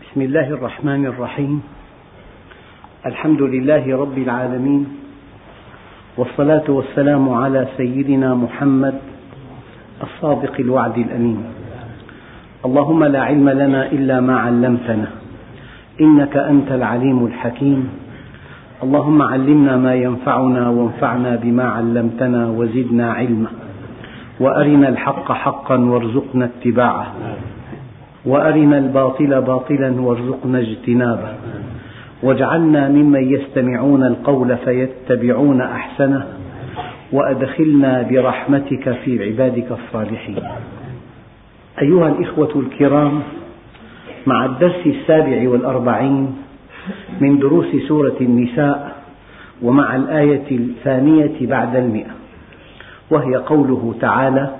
بسم الله الرحمن الرحيم. الحمد لله رب العالمين، والصلاة والسلام على سيدنا محمد الصادق الوعد الأمين. اللهم لا علم لنا إلا ما علمتنا، إنك أنت العليم الحكيم. اللهم علمنا ما ينفعنا وانفعنا بما علمتنا وزدنا علما، وأرنا الحق حقا وارزقنا اتباعه، وأرنا الباطل باطلا وارزقنا اجتنابه، واجعلنا ممن يستمعون القول فيتبعون أحسنه، وأدخلنا برحمتك في عبادك الصالحين. أيها الإخوة الكرام، مع الدرس 47 من دروس سورة النساء، ومع الآية 2 بعد 100، وهي قوله تعالى: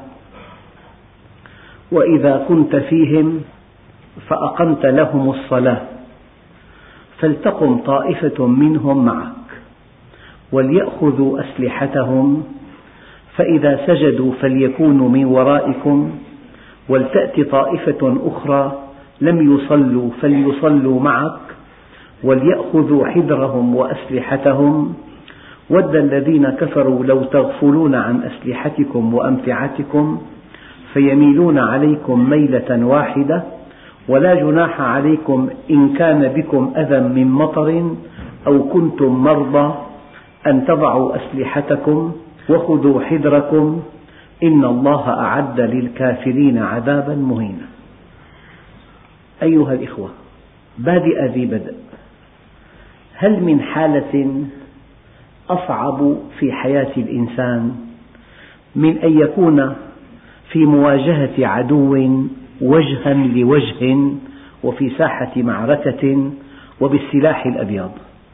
وإذا كنت فيهم فأقمت لهم الصلاة فلتقم طائفة منهم معك وليأخذوا أسلحتهم، فإذا سجدوا فليكونوا من ورائكم، ولتأت طائفة أخرى لم يصلوا فليصلوا معك وليأخذوا حذرهم وأسلحتهم، ود الذين كفروا لو تغفلون عن أسلحتكم وأمتعتكم فيميلون عليكم ميلة واحدة، ولا جناح عليكم إن كان بكم أذى من مطر أو كنتم مرضى أن تضعوا أسلحتكم وخذوا حذركم، إن الله أعد للكافرين عذابا مهينا. أيها الإخوة، بادئ ذي بدء، هل من حالة أصعب في حياة الإنسان من أن يكون في مواجهة عدو وجها لوجه وفي ساحة معركة وبالسلاح الأبيض؟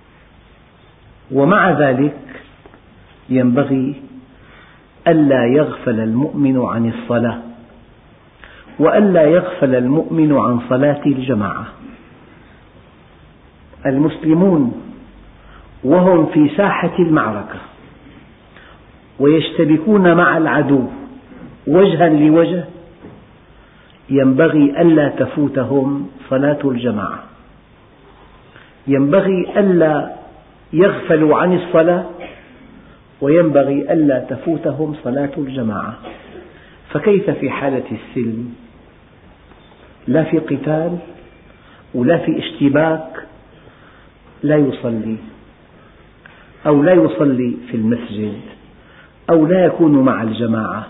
ومع ذلك ينبغي ألا يغفل المؤمن عن الصلاة، وألا يغفل المؤمن عن صلاة الجماعة. المسلمون وهم في ساحة المعركة ويشتبكون مع العدو وجها لوجه ينبغي ألا تفوتهم صلاة الجماعة، ينبغي ألا يغفلوا عن الصلاة، وينبغي ألا تفوتهم صلاة الجماعة. فكيف في حالة السلم؟ لا في قتال ولا في اشتباك لا يصلي، أو لا يصلي في المسجد، أو لا يكون مع الجماعة.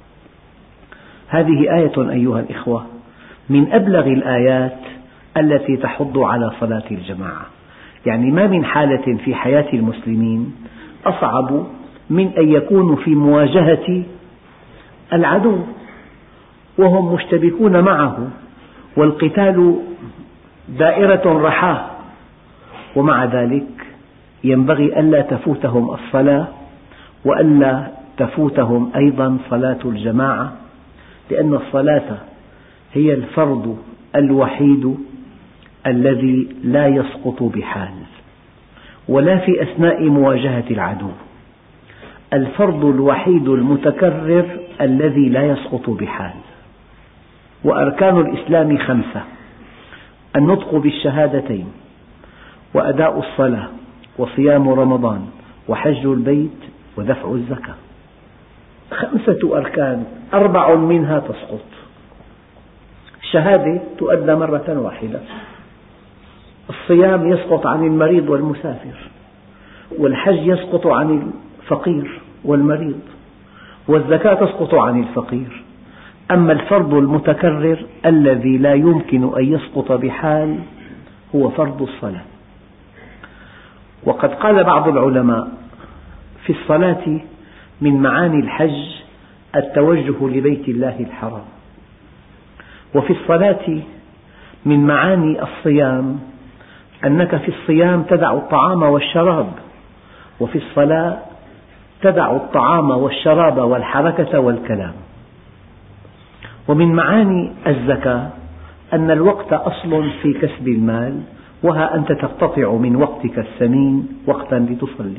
هذه آية أيها الإخوة من أبلغ الآيات التي تحض على صلاة الجماعة. يعني ما من حالة في حياة المسلمين أصعب من أن يكونوا في مواجهة العدو وهم مشتبكون معه، والقتال دائرة رحاة، ومع ذلك ينبغي ألا تفوتهم الصلاة، وألا تفوتهم أيضا صلاة الجماعة، لأن الصلاة هي الفرض الوحيد الذي لا يسقط بحال، ولا في أثناء مواجهة العدو، الفرض الوحيد المتكرر الذي لا يسقط بحال. وأركان الإسلام 5: النطق بالشهادتين، وأداء الصلاة، وصيام رمضان، وحج البيت، ودفع الزكاة. 5 أركان، 4 منها تسقط. الشهادة تؤدى مرة واحدة، الصيام يسقط عن المريض والمسافر، والحج يسقط عن الفقير والمريض، والزكاة تسقط عن الفقير. أما الفرض المتكرر الذي لا يمكن أن يسقط بحال هو فرض الصلاة. وقد قال بعض العلماء: في الصلاة من معاني الحج التوجه لبيت الله الحرام، وفي الصلاة من معاني الصيام أنك في الصيام تدع الطعام والشراب، وفي الصلاة تدع الطعام والشراب والحركة والكلام. ومن معاني الزكاة أن الوقت أصل في كسب المال، وها أنت تقتطع من وقتك الثمين وقتا لتصلي.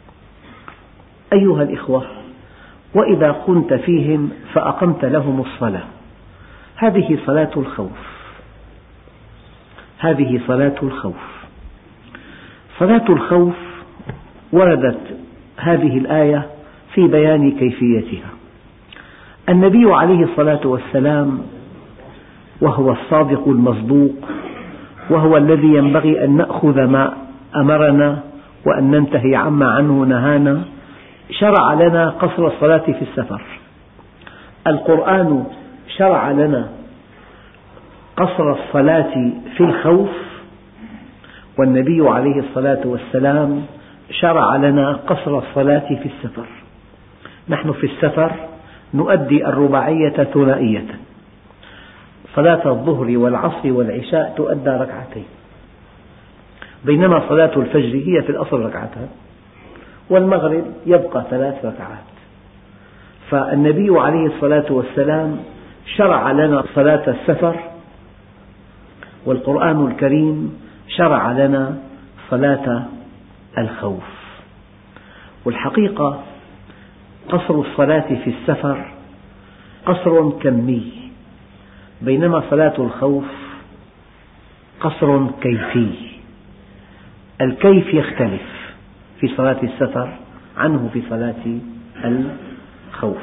أيها الإخوة، وإذا كنت فيهم فأقمت لهم الصلاة، هذه صلاة الخوف، هذه صلاة الخوف. صلاة الخوف وردت هذه الآية في بيان كيفيتها. النبي عليه الصلاة والسلام وهو الصادق المصدوق، وهو الذي ينبغي أن نأخذ ما أمرنا وأن ننتهي عما عنه نهانا، شرع لنا قصر الصلاة في السفر. القرآن شرع لنا قصر الصلاة في الخوف، والنبي عليه الصلاة والسلام شرع لنا قصر الصلاة في السفر. نحن في السفر نؤدي الرباعية ثنائية، صلاة الظهر والعصر والعشاء تؤدى ركعتين، بينما صلاة الفجر هي في الأصل ركعتان، والمغرب يبقى 3 ركعات. فالنبي عليه الصلاة والسلام شرع لنا صلاة السفر، والقرآن الكريم شرع لنا صلاة الخوف. والحقيقة قصر الصلاة في السفر قصر كمي، بينما صلاة الخوف قصر كيفي. الكيف يختلف في صلاة السفر عنه في صلاة الخوف.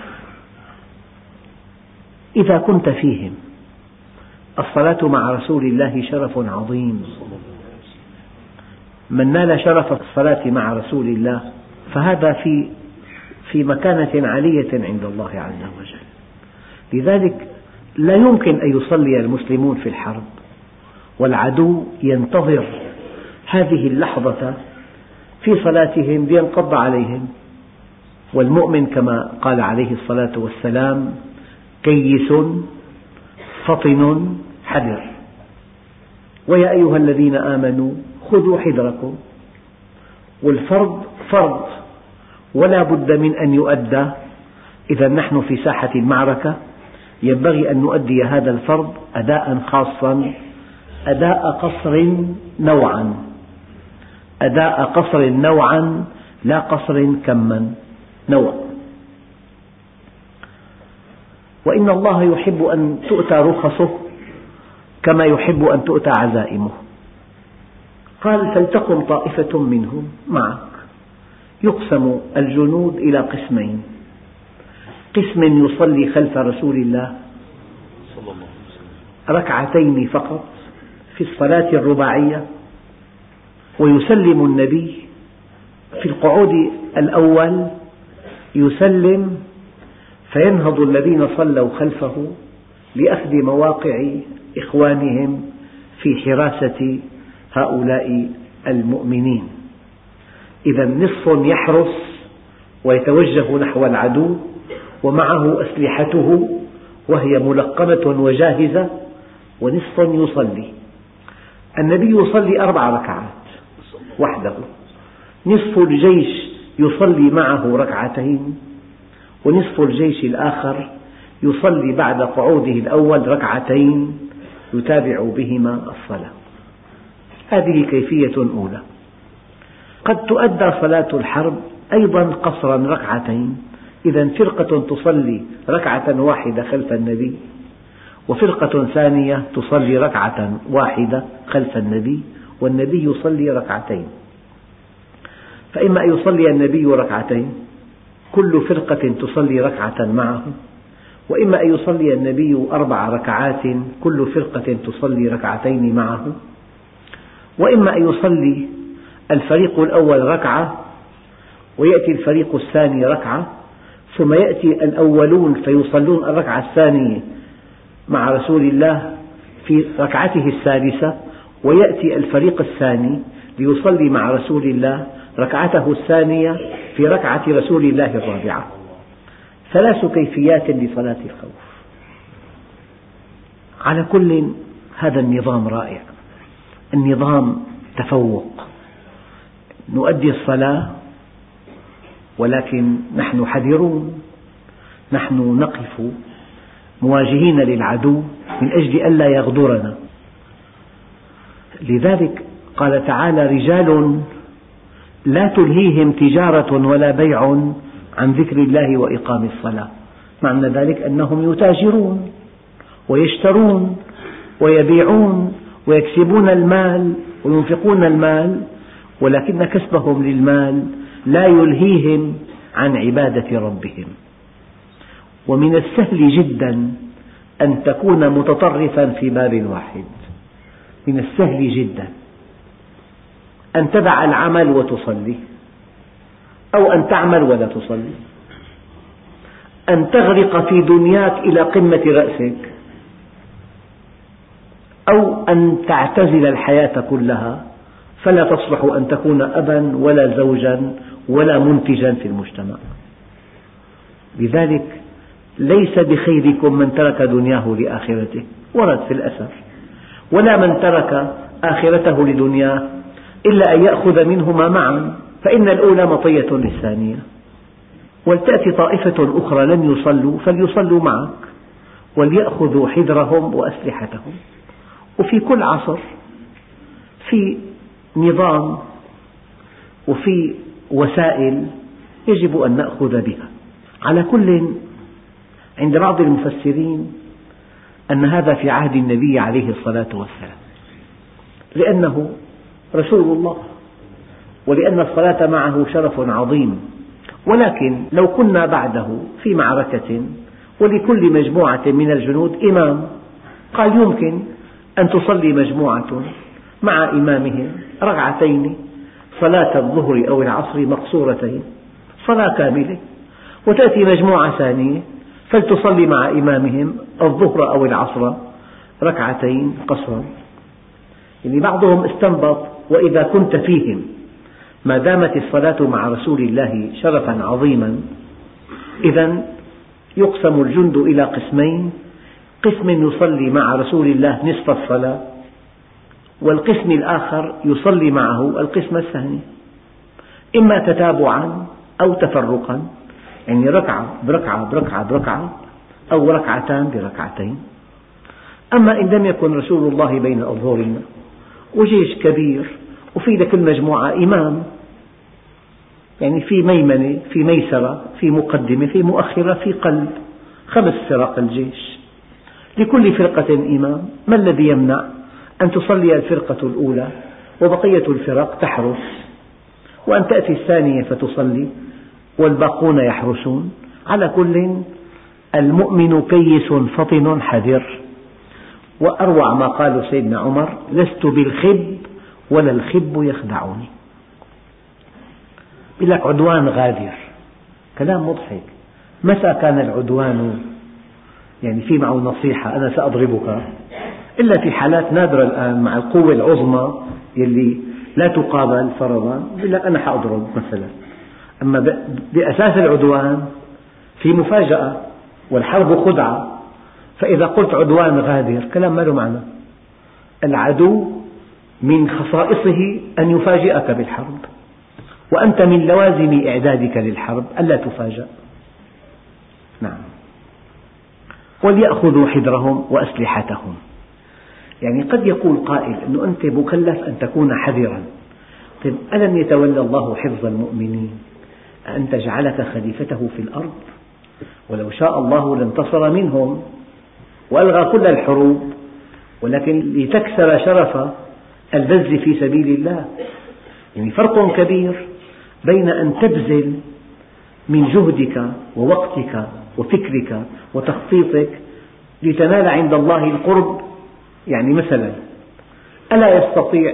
إذا كنت فيهم، الصلاة مع رسول الله شرف عظيم، من نال شرف الصلاة مع رسول الله فهذا في مكانة عالية عند الله عز وجل. لذلك لا يمكن أن يصلي المسلمون في الحرب والعدو ينتظر هذه اللحظة في صلاتهم لينقض عليهم. والمؤمن كما قال عليه الصلاة والسلام كيس فطن حذر، ويا أيها الذين آمنوا خذوا حذركم. والفرض فرض ولا بد من أن يؤدى. إذا نحن في ساحة المعركة ينبغي أن نؤدي هذا الفرض أداء خاصا، أداء قصر نوعا، أداء قصر نوعا لا قصر كما، نوع. وإن الله يحب أن تؤتى رخصه كما يحب أن تؤتى عزائمه. قال فلتقم طائفة منهم معك. يقسم الجنود إلى قسمين: قسم يصلي خلف رسول الله ركعتين فقط في الصلاة الرباعية، ويسلم النبي في القعود الأول، يسلم فينهض الذين صلوا خلفه لأخذ مواقع إخوانهم في حراسة هؤلاء المؤمنين. إذا نصف يحرس ويتوجه نحو العدو ومعه أسلحته وهي ملقمة وجاهزة، ونصف يصلي. النبي يصلي 4 ركعات وحده، نصف الجيش يصلي معه ركعتين، ونصف الجيش الآخر يصلي بعد قعوده الأول ركعتين يتابع بهما الصلاة. هذه كيفية أولى. قد تؤدى صلاة الحرب أيضا قصرا ركعتين. إذا فرقة تصلي ركعة واحدة خلف النبي، وفرقة ثانية تصلي ركعة واحدة خلف النبي، والنبي يصلي ركعتين. فإما أن يصلي النبي ركعتين كل فرقة تصلي ركعة معه، وإما أن يصلي النبي 4 ركعات كل فرقة تصلي ركعتين معه، وإما أن يصلي الفريق الأول ركعة ويأتي الفريق الثاني ركعة، ثم يأتي الأولون فيصلون الركعة الثانية مع رسول الله في ركعته الثالثة، ويأتي الفريق الثاني ليصلي مع رسول الله ركعته الثانية في ركعة رسول الله الرابعة. 3 كيفيات لصلاة الخوف. على كل هذا النظام رائع، النظام تفوق. نؤدي الصلاة ولكن نحن حذرون، نحن نقف مواجهين للعدو من أجل ألا يغدرنا. لذلك قال تعالى رجال لا تلهيهم تجارة ولا بيع عن ذكر الله وإقام الصلاة. معنى ذلك أنهم يتاجرون ويشترون ويبيعون ويكسبون المال وينفقون المال، ولكن كسبهم للمال لا يلهيهم عن عبادة ربهم. ومن السهل جدا أن تكون متطرفا في باب واحد، من السهل جدا أن تدع العمل وتصلي، أو أن تعمل ولا تصلي، أن تغرق في دنياك إلى قمة رأسك، أو أن تعتزل الحياة كلها فلا تصلح أن تكون أبا ولا زوجا ولا منتجا في المجتمع. لذلك ليس بخيركم من ترك دنياه لآخرته، ورد في الأثر، ولا من ترك آخرته لدنياه إلا أن يأخذ منهما معا، فإن الأولى مطية للثانية. ولتأتي طائفة أخرى لم يصلوا فليصلوا معك وليأخذوا حذرهم وأسلحتهم. وفي كل عصر في نظام وفي وسائل يجب أن نأخذ بها. على كل، عند بعض المفسرين أن هذا في عهد النبي عليه الصلاة والسلام، لأنه رسول الله، ولأن الصلاة معه شرف عظيم. ولكن لو كنا بعده في معركة ولكل مجموعة من الجنود إمام، قال يمكن أن تصلي مجموعة مع إمامهم ركعتين صلاة الظهر أو العصر مقصورتين، صلاة كاملة، وتأتي مجموعة ثانية فلتصلي مع إمامهم الظهر أو العصر ركعتين قصرا. يعني بعضهم استنبط وإذا كنت فيهم ما دامت الصلاة مع رسول الله شرفا عظيما، إذن يقسم الجند إلى قسمين: قسم يصلي مع رسول الله نصف الصلاة، والقسم الآخر يصلي معه القسم الثاني، إما تتابعا أو تفرقا، يعني ركعة بركعة بركعة بركعة، أو ركعتان بركعتين. أما إن لم يكن رسول الله بين أظهرنا وجيش كبير وفي لكل مجموعة إمام، يعني في ميمنة، في ميسرة، في مقدمة، في مؤخرة، في قلب، 5 فرق الجيش، لكل فرقة إمام، ما الذي يمنع أن تصلي الفرقة الأولى وبقية الفرق تحرس، وأن تأتي الثانية فتصلي والباقون يحرسون؟ على كل، المؤمن كيس فطن حذر. وأروع ما قال سيدنا عمر: لست بالخب ولا الخب يخدعني. يقول لك عدوان غادر، كلام مضحك. متى كان العدوان يعني في معه نصيحة أنا سأضربك؟ إلا في حالات نادرة الآن مع القوة العظمى يلي لا تقابل فرضا، يقول لك أنا سأضرب مثلا. أما بأساس العدوان في مفاجأة، والحرب خدعة، فإذا قلت عدوان غادر كلام ما له معنى. العدو من خصائصه أن يفاجئك بالحرب، وأنت من لوازم إعدادك للحرب ألا تفاجأ. نعم. وليأخذوا حذرهم وأسلحتهم. يعني قد يقول قائل أنه أنت مكلف أن تكون حذرا. طيب ألم يتولى الله حفظ المؤمنين أن تجعلك خليفته في الأرض؟ ولو شاء الله لانتصر منهم وألغى كل الحروب، ولكن لتكسر شرف البذل في سبيل الله. يعني فرق كبير بين أن تبذل من جهدك ووقتك وفكرك وتخطيطك لتنال عند الله القرب. يعني مثلا ألا يستطيع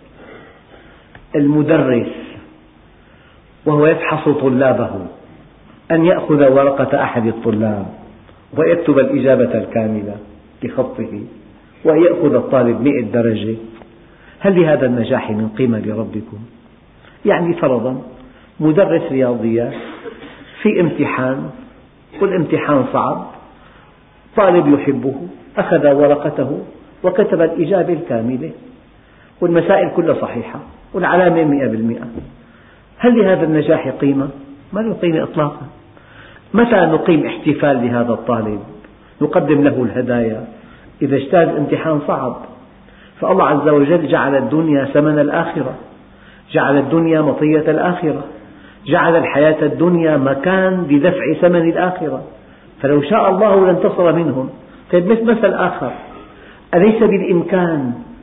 المدرس وهو يفحص طلابه أن يأخذ ورقة أحد الطلاب ويكتب الإجابة الكاملة بخطه ويأخذ الطالب 100 درجة؟ هل لهذا النجاح من قيمة لربكم؟ يعني فرضا مدرس رياضيات في امتحان والامتحان صعب، طالب يحبه أخذ ورقته وكتب الإجابة الكاملة والمسائل كلها صحيحة والعلامة 100%. هل لهذا النجاح قيمة؟ ما له قيمة إطلاقا. متى نقيم احتفال لهذا الطالب؟ نقدم له الهدايا إذا اجتاز امتحان صعب. فالله عز وجل جعل الدنيا ثمن الآخرة، جعل الدنيا مطية الآخرة، جعل الحياة الدنيا مكان لدفع ثمن الآخرة، فلو شاء الله لانتصر منهم. طيب مثل آخر: أليس بالإمكان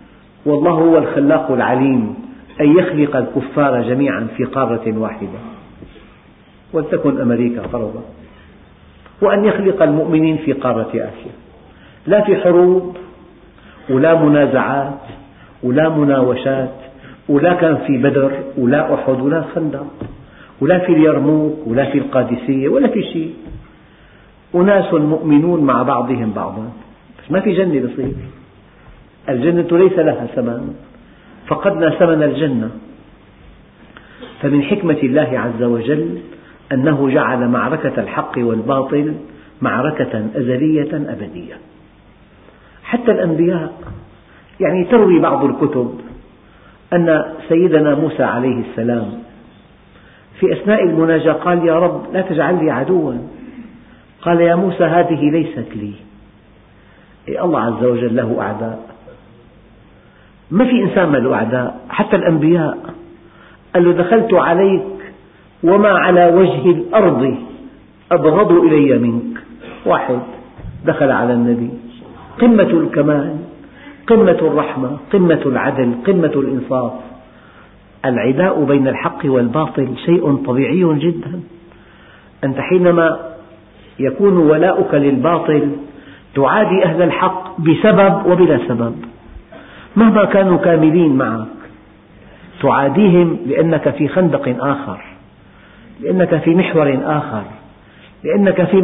والله هو الخلاق العليم أن يخلق الكفار جميعا في قارة واحدة، ولتكن أمريكا فرضا، وأن يخلق المؤمنين في قارة آسيا، لا في حروب ولا منازعات ولا مناوشات، ولا كان في بدر ولا أحد ولا الخندق ولا في اليرموك ولا في القادسية ولا في شيء، أناس مؤمنون مع بعضهم بعضا، بس ما في جنة بصير. الجنة ليس لها ثمن، فقدنا ثمن الجنة. فمن حكمة الله عز وجل أنه جعل معركة الحق والباطل معركة أزلية أبدية. حتى الأنبياء، يعني تروي بعض الكتب أن سيدنا موسى عليه السلام في أثناء المناجاة قال: يا رب لا تجعل لي عدوا. قال: يا موسى هذه ليست لي. الله عز وجل له أعداء، ما في إنسان ما له أعداء، حتى الأنبياء. قال له: دخلت عليك وما على وجه الأرض أبغض إلي منك. واحد دخل على النبي، قمة الكمال، قمة الرحمة، قمة العدل، قمة الإنصاف. العداء بين الحق والباطل شيء طبيعي جدا. أنت حينما يكون ولاؤك للباطل تعادي أهل الحق بسبب وبلا سبب، مهما كانوا كاملين معك تعاديهم لأنك في خندق آخر، لأنك في محور آخر، لأنك في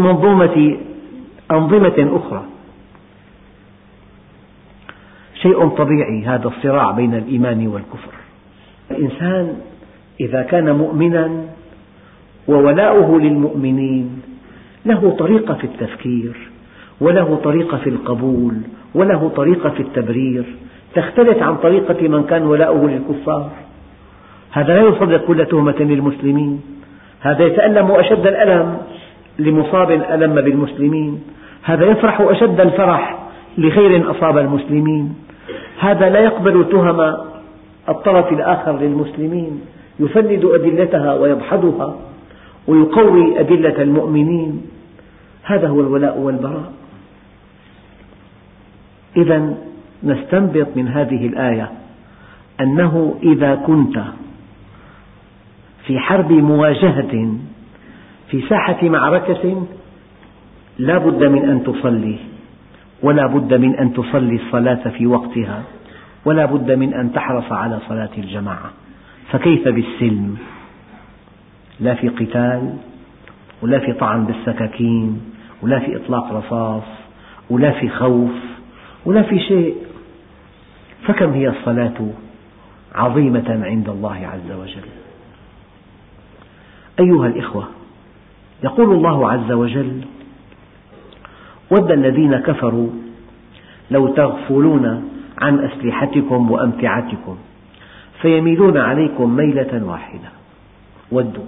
أنظمة أخرى. شيء طبيعي هذا الصراع بين الإيمان والكفر. الإنسان إذا كان مؤمنا وولاؤه للمؤمنين له طريقة في التفكير، وله طريقة في القبول، وله طريقة في التبرير تختلف عن طريقة من كان ولاؤه للكفار. هذا لا يصدق كل تهمة للمسلمين، هذا يتألم أشد الألم لمصاب ألم بالمسلمين، هذا يفرح أشد الفرح لخير أصاب المسلمين، هذا لا يقبل تهم الطرف الآخر للمسلمين، يفند أدلتها ويدحضها ويقوي أدلة المؤمنين. هذا هو الولاء والبراء. إذا نستنبط من هذه الآية أنه إذا كنت في حرب مواجهة في ساحة معركة لا بد من أن تصلي، ولا بد من أن تصلي الصلاة في وقتها، ولا بد من أن تحرص على صلاة الجماعة. فكيف بالسلم؟ لا في قتال، ولا في طعن بالسكاكين، ولا في إطلاق رصاص، ولا في خوف، ولا في شيء. فكم هي الصلاة عظيمة عند الله عز وجل. أيها الإخوة، يقول الله عز وجل: ود الذين كفروا لو تغفلون عن أسلحتكم وأمتعتكم فيميلون عليكم ميلة واحدة. ودوا،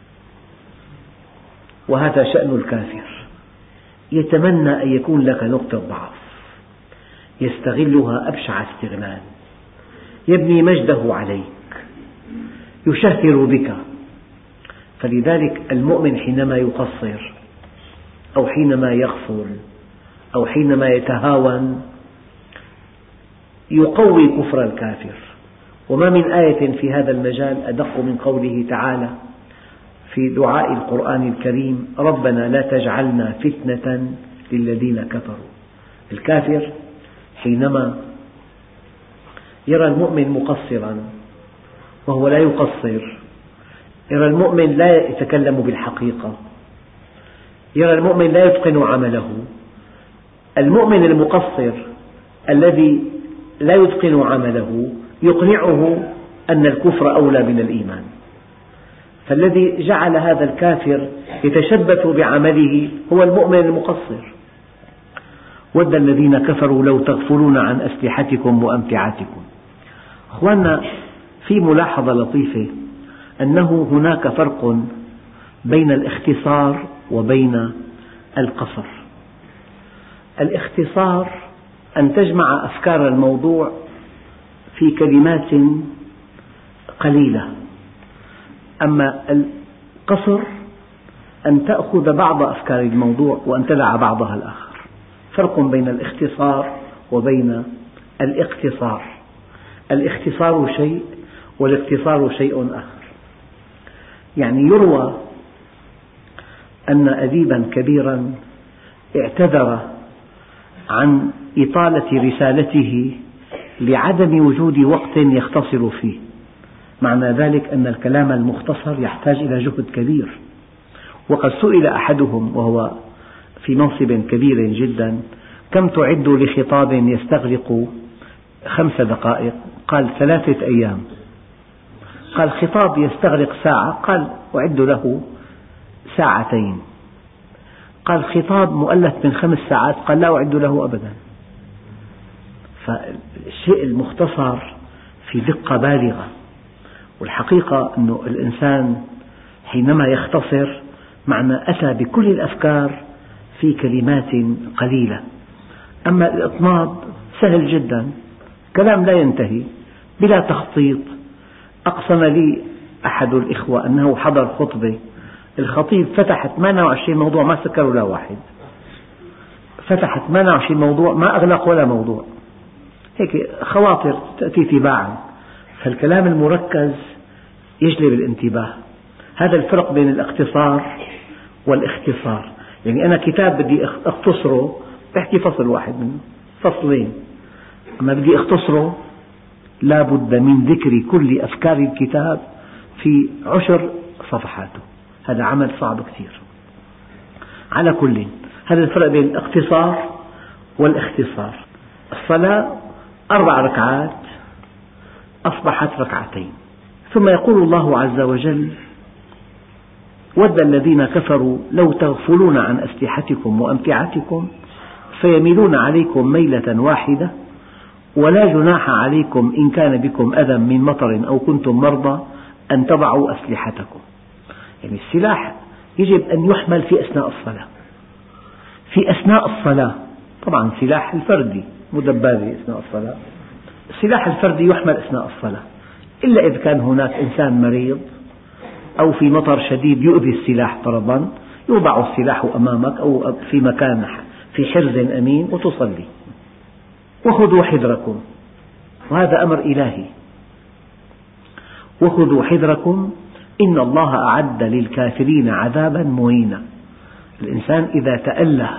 وهذا شأن الكافر، يتمنى أن يكون لك نقطة ضعف يستغلها أبشع استغلال، يبني مجده عليك، يشهر بك. فلذلك المؤمن حينما يقصر أو حينما يغفل أو حينما يتهاون يقوي كفر الكافر. وما من آية في هذا المجال أدق من قوله تعالى في دعاء القرآن الكريم: ربنا لا تجعلنا فتنة للذين كفروا. الكافر حينما يرى المؤمن مقصرا وهو لا يقصر، يرى المؤمن لا يتكلم بالحقيقة، يرى المؤمن لا يتقن عمله، المؤمن المقصر الذي لا يتقن عمله يقنعه أن الكفر أولى من الإيمان. فالذي جعل هذا الكافر يتشبث بعمله هو المؤمن المقصر. ود الذين كفروا لو تغفلون عن أسلحتكم وأمتعتكم. أخواننا، في ملاحظة لطيفة أنه هناك فرق بين الاختصار وبين القصر. الاختصار أن تجمع أفكار الموضوع في كلمات قليلة، أما القصر أن تأخذ بعض أفكار الموضوع وأن تدع بعضها الآخر. فرق بين الاختصار وبين الاقتصار. الاختصار شيء والاقتصار شيء آخر. يعني يروى أن أديبا كبيرا اعتذر عن إطالة رسالته لعدم وجود وقت يختصر فيه. معنى ذلك أن الكلام المختصر يحتاج إلى جهد كبير. وقد سئل أحدهم وهو في منصب كبير جدا: كم تعد لخطاب يستغرق 5 دقائق؟ قال 3 أيام. قال خطاب يستغرق ساعة؟ قال أعد له 2 ساعة. قال خطاب مؤلف من 5 ساعات؟ قال لا أعد له أبدا. فالشيء المختصر في دقة بالغة. والحقيقة أن الإنسان حينما يختصر معنى أتى بكل الأفكار في كلمات قليلة. أما الإطناب سهل جدا، كلام لا ينتهي بلا تخطيط. أقسم لي أحد الإخوة أنه حضر خطبة، الخطيب فتح 28 موضوع ما سكر ولا واحد، فتح 28 موضوع ما أغلق ولا موضوع، هيك خواطر تأتي تباعا. فالكلام المركز يجلب الانتباه. هذا الفرق بين الاختصار والاختصار. يعني أنا كتاب بدي أختصره بحكي فصل واحد منه، فصلين. أما بدي أختصره لا بد من ذكر كل أفكار الكتاب في 10 صفحاته. هذا عمل صعب كثير. على كل، هذا الفرق بين الاختصار والاختصار. الصلاة 4 ركعات أصبحت 2 ركعتين. ثم يقول الله عز وجل: ود الذين كفروا لو تغفلون عن أسلحتكم وأمتعتكم فيميلون عليكم ميلة واحدة ولا جناح عليكم إن كان بكم أذى من مطر أو كنتم مرضى أن تضعوا أسلحتكم. يعني السلاح يجب أن يحمل في أثناء الصلاة. في أثناء الصلاة طبعا سلاح الفردي مدبرة أثناء الصلاة، السلاح الفردي يحمل أثناء الصلاة، إلا إذا كان هناك إنسان مريض أو في مطر شديد يؤذي السلاح فرضا، يوضع السلاح أمامك أو في مكان في حرز أمين وتصلي. وخذوا حذركم، وهذا أمر إلهي. وخذوا حذركم إن الله أعد للكافرين عذابا مهينا. الإنسان إذا تأله: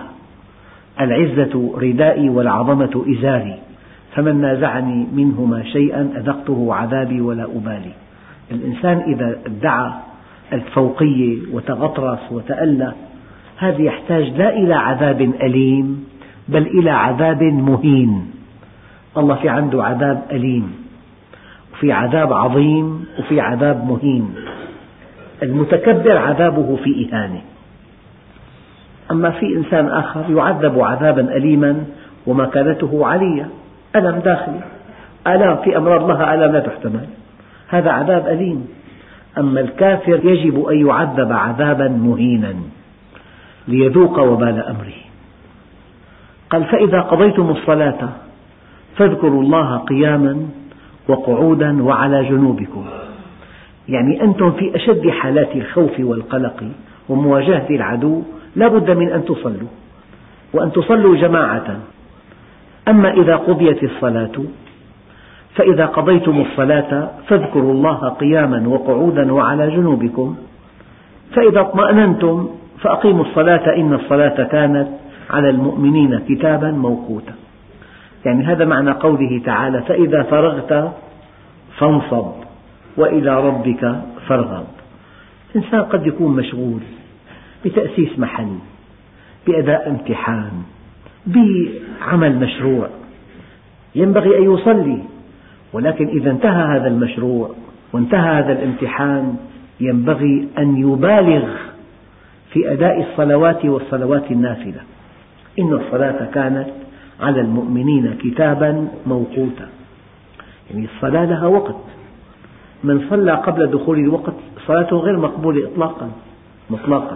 العزة ردائي والعظمة إزاري فمن نازعني منهما شيئا أذقته عذابي ولا أبالي. الإنسان إذا ادعى الفوقية وتغطرس وتأله، هذا يحتاج لا إلى عذاب أليم بل إلى عذاب مهين. الله في عنده عذاب أليم، وفي عذاب عظيم، وفي عذاب مهين. المتكبر عذابه في إهانة. أما في إنسان آخر يعذب عذابا أليما ومكانته عالية، ألم داخلي، آلام في أمراض لها آلام لا تحتمل، هذا عذاب أليم. أما الكافر يجب أن يعذب عذابا مهينا ليذوق وبال أمره. قال: فإذا قضيتم الصلاة فاذكروا الله قياما وقعودا وعلى جنوبكم. يعني أنتم في أشد حالات الخوف والقلق ومواجهة العدو لا بد من أن تصلوا، وأن تصلوا جماعة. أما إذا قضيت الصلاة فإذا قضيتم الصلاة فاذكروا الله قياما وقعودا وعلى جنوبكم فإذا اطمأننتم فأقيموا الصلاة إن الصلاة كانت على المؤمنين كتابا موقوتا. يعني هذا معنى قوله تعالى: فإذا فرغت فانصب وإلى ربك فارغب. الإنسان قد يكون مشغول بتأسيس محل، بأداء امتحان، بعمل مشروع، ينبغي أن يصلي، ولكن إذا انتهى هذا المشروع وانتهى هذا الامتحان ينبغي أن يبالغ في أداء الصلوات والصلوات النافلة. إن الصلاة كانت على المؤمنين كتابا موقوتا. يعني الصلاة لها وقت، من صلى قبل دخول الوقت صلاته غير مقبولة مطلقا.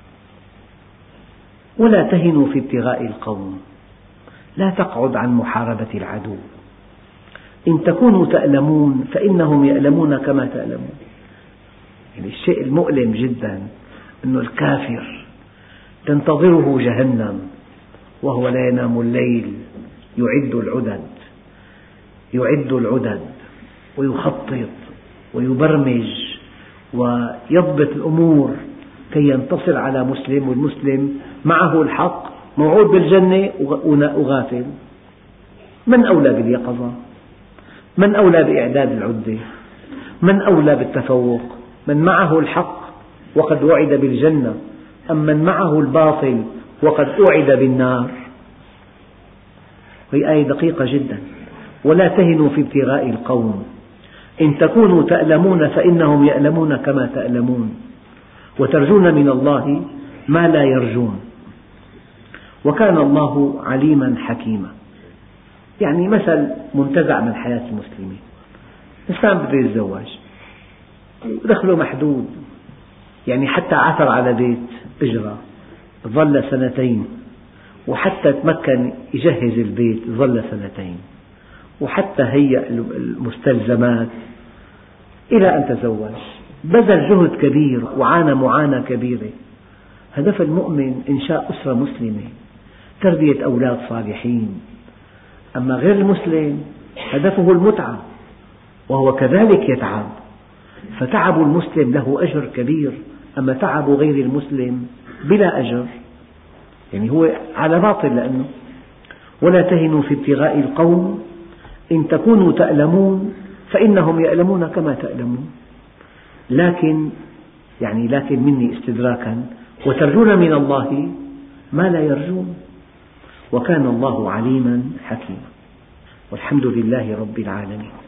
ولا تهنوا في ابتغاء القوم، لا تقعد عن محاربة العدو. إن تكونوا تألمون فإنهم يألمون كما تألمون. يعني الشيء المؤلم جدا أن الكافر تنتظره جهنم وهو لا ينام الليل يعد العدد، يعد العدد ويخطط ويبرمج ويضبط الأمور كي ينتصر على مسلم، والمسلم معه الحق موعود بالجنة وغافل. من أولى باليقظة؟ من أولى بإعداد العدة؟ من أولى بالتفوق؟ من معه الحق وقد وعد بالجنة، أم من معه الباطل وقد أوعد بالنار؟ هي آية دقيقة جدا. ولا تهنوا في ابتغاء القوم إن تكونوا تألمون فإنهم يألمون كما تألمون وترجون من الله ما لا يرجون وكان الله عليما حكيما. يعني مثل منتزع من حياة المسلمين. إنسان بده يتزوج دخله محدود، يعني حتى عثر على بيت إجرة ظل 2 وحتى تمكن يجهز البيت ظل 2 وحتى هيأ المستلزمات إلى أن تزوج، بذل جهد كبير وعانى معاناة كبيرة. هدف المؤمن إنشاء أسرة مسلمة، تربية أولاد صالحين. أما غير المسلم هدفه المتعة وهو كذلك يتعب، فتعب المسلم له أجر كبير، أما تعب غير المسلم بلا أجر، يعني هو على باطل. لأنه ولا تهنوا في ابتغاء القوم إن تكونوا تألمون فإنهم يألمون كما تألمون، لكن مني استدراكا وترجون من الله ما لا يرجون وكان الله عليما حكيما. والحمد لله رب العالمين.